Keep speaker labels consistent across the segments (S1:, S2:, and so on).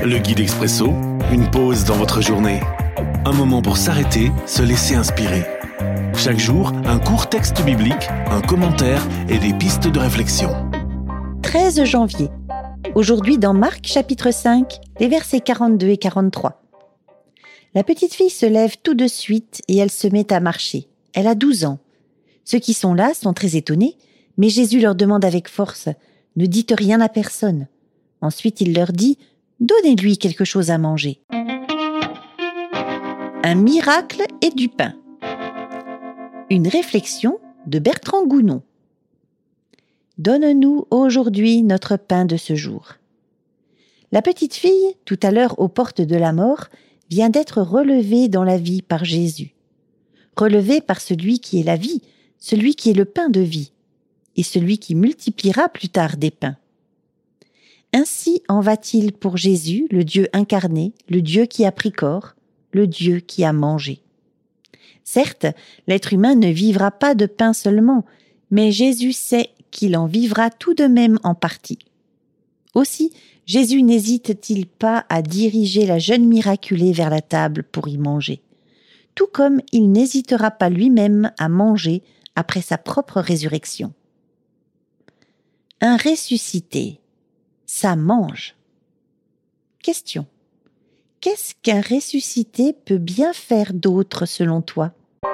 S1: Le guide expresso, une pause dans votre journée. Un moment pour s'arrêter, se laisser inspirer. Chaque jour, un court texte biblique, un commentaire et des pistes de réflexion.
S2: 13 janvier. Aujourd'hui dans Marc chapitre 5, les versets 42 et 43. La petite fille se lève tout de suite et elle se met à marcher. Elle a 12 ans. Ceux qui sont là sont très étonnés, mais Jésus leur demande avec force « Ne dites rien à personne ». Ensuite, il leur dit « Donnez-lui quelque chose à manger ». Un miracle et du pain. Une réflexion de Bertrand Gounon. Donne-nous aujourd'hui notre pain de ce jour. La petite fille, tout à l'heure aux portes de la mort, vient d'être relevée dans la vie par Jésus. Relevée par celui qui est la vie, celui qui est le pain de vie, et celui qui multipliera plus tard des pains. Ainsi en va-t-il pour Jésus, le Dieu incarné, le Dieu qui a pris corps, le Dieu qui a mangé. Certes, l'être humain ne vivra pas de pain seulement, mais Jésus sait qu'il en vivra tout de même en partie. Aussi, Jésus n'hésite-t-il pas à diriger la jeune miraculée vers la table pour y manger, tout comme il n'hésitera pas lui-même à manger après sa propre résurrection. Un ressuscité, ça mange. Question. Qu'est-ce qu'un ressuscité peut bien faire d'autre selon toi ?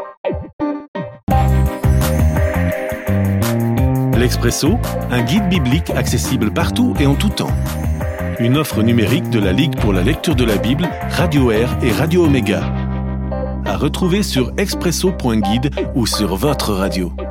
S1: L'Expresso, un guide biblique accessible partout et en tout temps. Une offre numérique de la Ligue pour la lecture de la Bible, Radio Air et Radio Omega. À retrouver sur expresso.guide ou sur votre radio.